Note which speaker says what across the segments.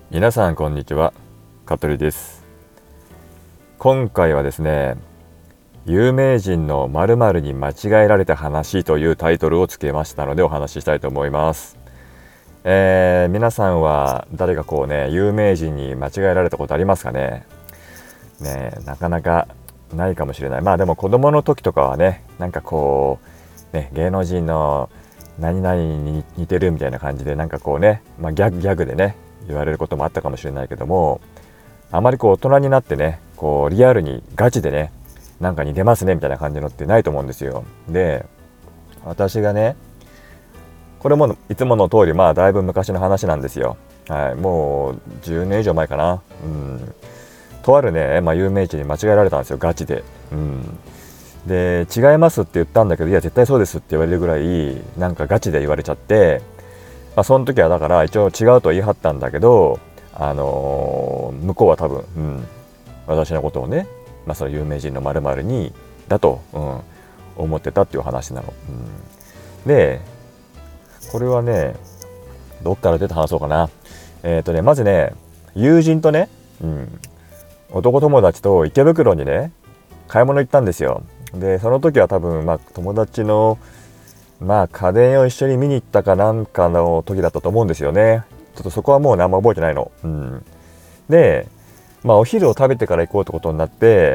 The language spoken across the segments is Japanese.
Speaker 1: 皆さんこんにちは、香取です。今回はですね、有名人の〇〇に間違えられた話というタイトルをつけましたのでお話ししたいと思います。皆さんは誰か有名人に間違えられたことありますかね。なかなかないかもしれない。でも子供の時とかはね、芸能人の何々に似てるみたいな感じでギャグでね言われることもあったかもしれないけども、あまり大人になってねリアルにガチでね似てますねみたいな感じのってないと思うんですよ。で、私がね、これもいつもの通りだいぶ昔の話なんですよ。もう10年以上前かな。とあるね、有名人に間違えられたんですよ、ガチで。で、違いますって言ったんだけど、いや絶対そうですって言われるぐらいガチで言われちゃって、その時はだから一応違うと言い張ったんだけど、向こうは多分、私のことをね、その有名人の〇〇にだと、思ってたっていう話なの。で、これはね、どっから出て話そうかな。まずね、友人とね、男友達と池袋にね買い物行ったんですよ。で、その時は多分友達の家電を一緒に見に行ったかなんかの時だったと思うんですよね。ちょっとそこはもう何も覚えてないの。で、お昼を食べてから行こうってことになって、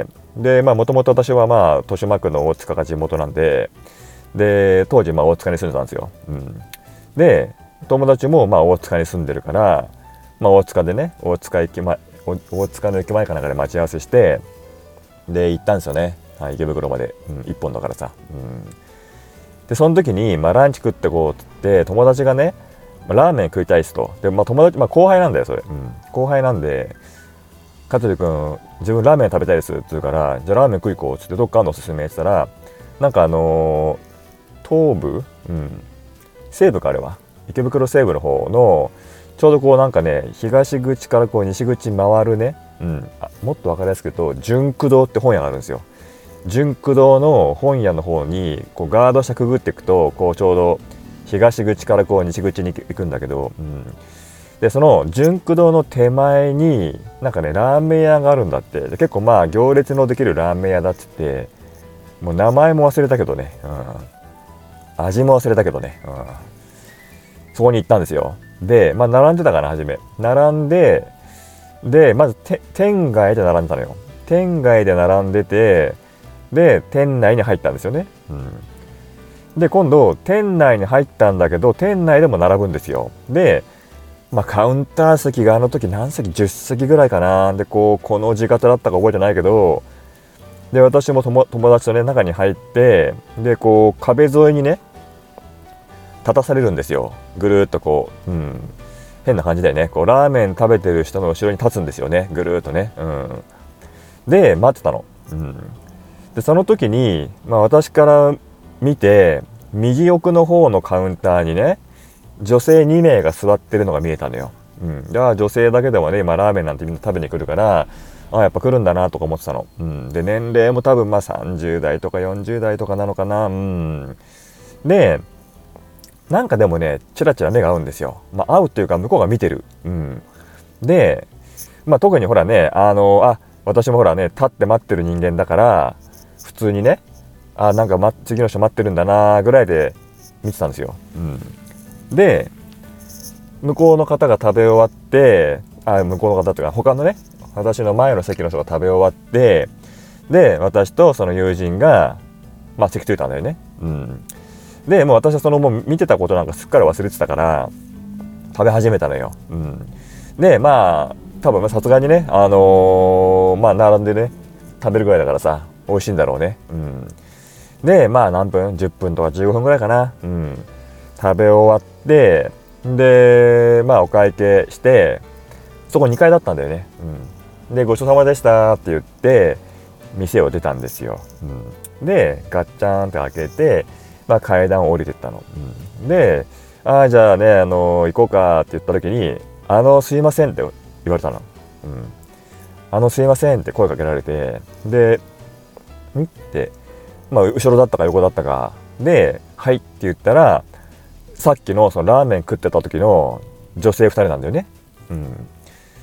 Speaker 1: で、もともと私は豊島区の大塚が地元なんで、で当時大塚に住んでたんですよ。で、友達も大塚に住んでるから、大塚でね、大塚の駅前かなんかで待ち合わせして、で行ったんですよね。池袋まで、1本だからさ。でその時に、ランチ食ってこうっつって友達がね、ラーメン食いたいっすと。で、友達、後輩なんだよそれ、後輩なんで、香取君自分ラーメン食べたいですって言うから、じゃあラーメン食い行こうっつって、どっかあんのおすすめって言ったら、東武、西武か、あれは池袋西武の方のちょうど東口から西口回るね、もっと分かりやすく言うと純駆堂って本屋があるんですよ。純駆堂の本屋の方にガード下くぐっていくとちょうど東口から西口に行くんだけど、でその純駆堂の手前にラーメン屋があるんだって。で結構行列のできるラーメン屋だっつって、もう名前も忘れたけどね、味も忘れたけどね、そこに行ったんですよ。で、並んでたかな、初め並んで、でまず店外で並んでたのよ。店外で並んでて、で店内に入ったんですよね。で今度店内に入ったんだけど、店内でも並ぶんですよ。で、カウンター席があの時何席、10席ぐらいかな。でこの字型だったか覚えてないけど、で私も友達とね中に入って、で壁沿いにね立たされるんですよ。ぐるーっと変な感じでね、ラーメン食べてる人の後ろに立つんですよね、ぐるーっとね。で待ってたの。でその時に、私から見て右奥の方のカウンターにね、女性2名が座ってるのが見えたのよ。で女性だけでもね、今ラーメンなんてみんな食べに来るから、やっぱ来るんだなとか思ってたの。で年齢も多分30代とか40代とかなのかな。ででもね、チラチラ目が合うんですよ。合うっていうか向こうが見てる。で、特にほらね、私もほらね、立って待ってる人間だから普通にね、次の人待ってるんだなぐらいで見てたんですよ。で向こうの方が食べ終わって、向こうの方というか他のね、私の前の席の人が食べ終わって、で私とその友人が席ついたんだよね。でもう私はもう見てたことなんかすっかり忘れてたから食べ始めたのよ。で多分さすがにね、並んでね食べるぐらいだからさ、美味しいんだろうね。で何分、10分とか15分ぐらいかな。食べ終わって、でお会計して、そこ2階だったんだよね。でごちそうさまでしたって言って店を出たんですよ。でガッチャンって開けて、階段を降りてったの。で、じゃあね、行こうかって言った時に、すいませんって言われたの。すいませんって声かけられて、で、って、後ろだったか横だったかで、はいって言ったら、さっきのそのラーメン食ってた時の女性2人なんだよね。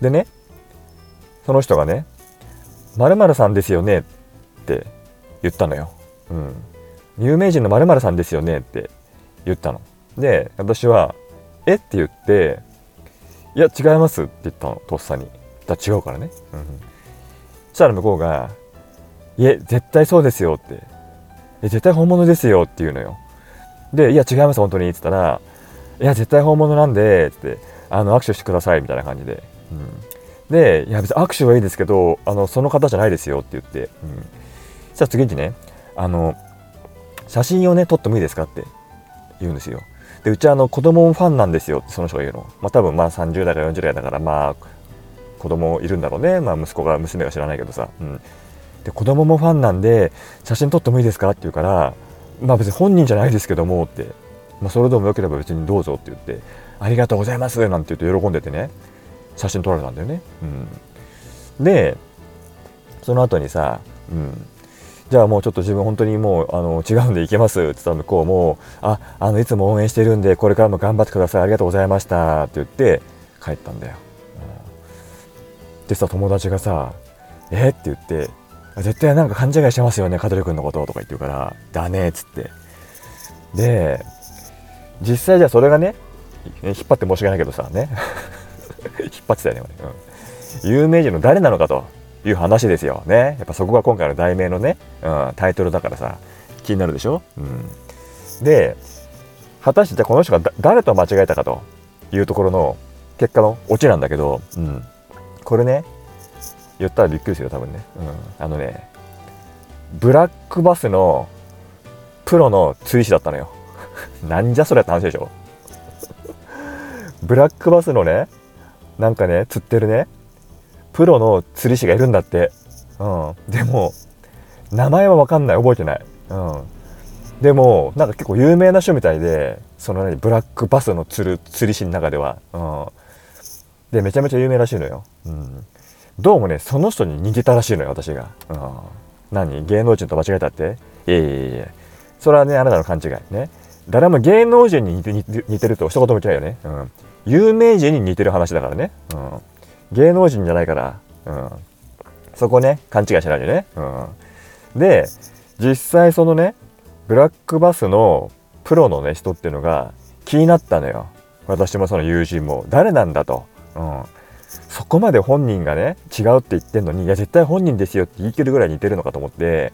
Speaker 1: でね、その人がね、〇〇さんですよねって言ったのよ。有名人の〇〇さんですよねって言ったの。で、私はえって言って、いや違いますって言ったの、とっさに。だ違うからね。そしたら向こうが、いえ絶対そうですよって、絶対本物ですよって言うのよ。で、いや違います本当にって言ったら、いや絶対本物なんでって握手してくださいみたいな感じで、で、いや別に握手はいいですけどその方じゃないですよって言って、そしたら次にね、写真をね撮ってもいいですかって言うんですよ。で、うち子供ファンなんですよってその人が言うの。多分30代か40代だから子供いるんだろうね。息子が娘が知らないけどさ、で子供もファンなんで写真撮ってもいいですかって言うから、別に本人じゃないですけどもって、それでもよければ別にどうぞって言って、ありがとうございますなんて言って喜んでてね、写真撮られたんだよね。でその後にさ、じゃあもうちょっと自分本当にもう違うんで行けますって言ったら向こうも、いつも応援してるんでこれからも頑張ってください、ありがとうございましたって言って帰ったんだよ。でさ、友達がさ、って言って、絶対なんか勘違いしてますよね香取君のこととか言ってるから、だねっつって、で実際じゃあそれがね、引っ張って申し訳ないけどさね引っ張ってたよね、有名人の誰なのかという話ですよね。やっぱそこが今回の題名のね、タイトルだからさ気になるでしょ。で、果たしてじゃあこの人が誰と間違えたかというところの結果のオチなんだけど、これね言ったらびっくりするよ多分ね。ブラックバスのプロの釣り師だったのよなんじゃそれって話でしょブラックバスのね、なんかね釣ってるねプロの釣り師がいるんだって。でも名前は分かんない、覚えてない。でもなんか結構有名な人みたいで、そのブラックバスの釣り師の中では、でめちゃめちゃ有名らしいのよ。どうもねその人に似てたらしいのよ、私が。何、芸能人と間違えたって？いやそれはねあなたの勘違いね。誰も芸能人に似てると一言も言ってないよね。有名人に似てる話だからね。芸能人じゃないから、そこね勘違いしないでね。で実際そのねブラックバスのプロのね人っていうのが気になったのよ。私もその友人も誰なんだと。そこまで本人がね違うって言ってんのに、いや絶対本人ですよって言い切るぐらい似てるのかと思って、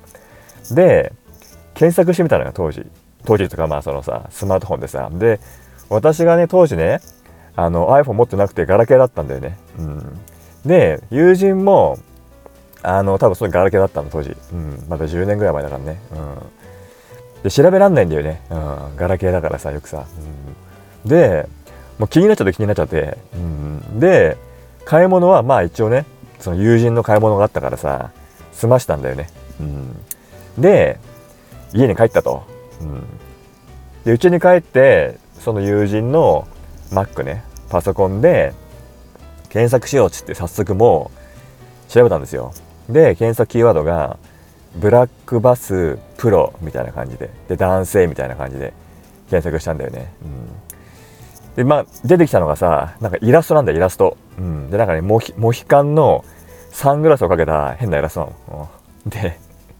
Speaker 1: で検索してみたのよ当時とか、そのさスマートフォンでさ。で私がね当時ねiPhone 持ってなくてガラケーだったんだよね。で友人も多分それガラケーだったの当時。まだ10年ぐらい前だからね。で調べらんないんだよね。ガラケーだからさよくさ。でもう気になっちゃって、で買い物は一応ねその友人の買い物があったからさ済ましたんだよね。で家に帰ったと。で家に帰ってその友人の Mac ねパソコンで検索しようっつって早速もう調べたんですよ。で検索キーワードがブラックバスプロみたいな感じで、男性みたいな感じで検索したんだよね。で出てきたのがさ、なんかイラストなんだよ、イラスト。でなんかねモヒカンのサングラスをかけた変なイラストなの。で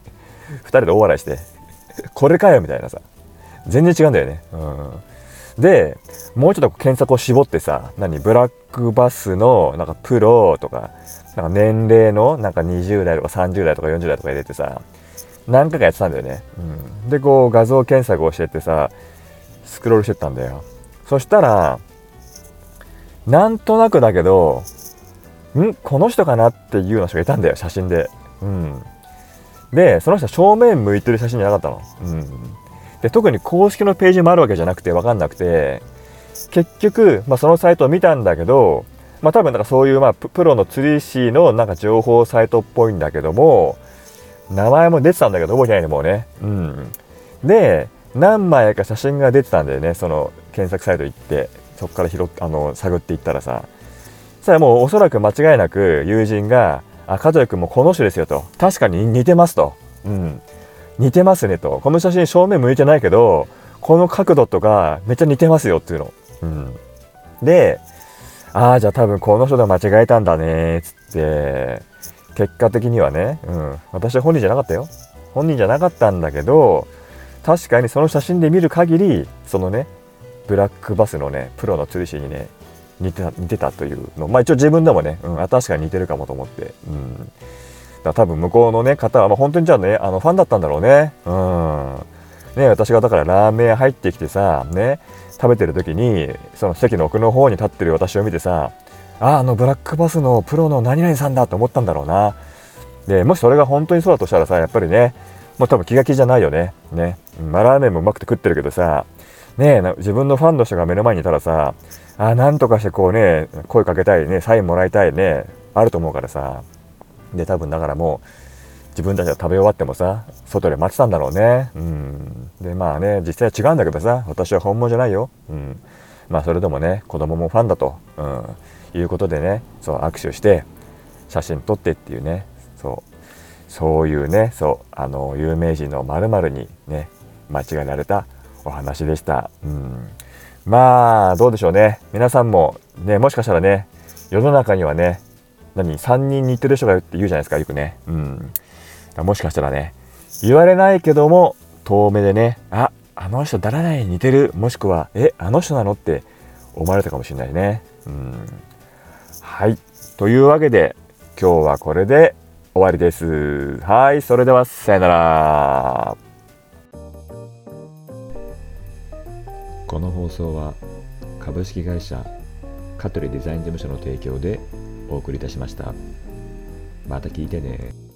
Speaker 1: 2人で大笑いしてこれかよみたいなさ、全然違うんだよね。でもうちょっと検索を絞ってさ、ブラックバスのなんかプロとか、なんか年齢のなんか20代とか30代とか40代とか入れてさ何回かやってたんだよね。でこう画像検索をしてってさスクロールしてったんだよ。そしたらなんとなくだけどこの人かなっていうような人がいたんだよ、写真で。でその人は正面向いてる写真じゃなかったの。で特に公式のページもあるわけじゃなくて分かんなくて、結局、そのサイトを見たんだけど、多分なんかそういうプロの釣り師のなんか情報サイトっぽいんだけども、名前も出てたんだけど覚えてないのもうね。で何枚か写真が出てたんだよね、その検索サイト行って、そこから探っていったらさ、それもうおそらく間違いなく友人が香取君もこの人ですよと、確かに似てますと、似てますねと、この写真正面向いてないけどこの角度とかめっちゃ似てますよっていうの。でああじゃあ多分この人と間違えたんだねっつって、結果的にはね、私は本人じゃなかったよ。本人じゃなかったんだけど、確かにその写真で見る限りそのねブラックバスのねプロの釣り師にね似てたというの、一応自分でもね、確かに似てるかもと思って、だから多分向こうのね方は、本当にじゃあねファンだったんだろうね。ね、私がだからラーメン入ってきてさね、食べてる時にその席の奥の方に立ってる私を見てさ、ブラックバスのプロの何々さんだと思ったんだろうな。でもしそれが本当にそうだとしたらさ、やっぱりねもう多分気が気じゃないよね。ラーメンもうまくて食ってるけどさ、自分のファンの人が目の前にいたらさ、なんとかしてこうね声かけたいね、サインもらいたいね、あると思うからさ。で多分だからもう自分たちが食べ終わってもさ外で待ってたんだろうね。で実際は違うんだけどさ、私は本物じゃないよ。それでもね子供もファンだと、いうことでね、そう握手して写真撮ってっていうね、そういうね、有名人の〇〇にね間違えられたお話でした。どうでしょうね、皆さんもね、もしかしたらね世の中にはね3人似てる人がいるって言うじゃないですか、よくね。もしかしたらね言われないけども遠目でね、あの人誰々に似てる、もしくはあの人なのって思われたかもしれないね。はい、というわけで今日はこれで終わりです。はい、それではさよなら。
Speaker 2: この放送は株式会社香取デザイン事務所の提供でお送りいたしました。また聞いてね。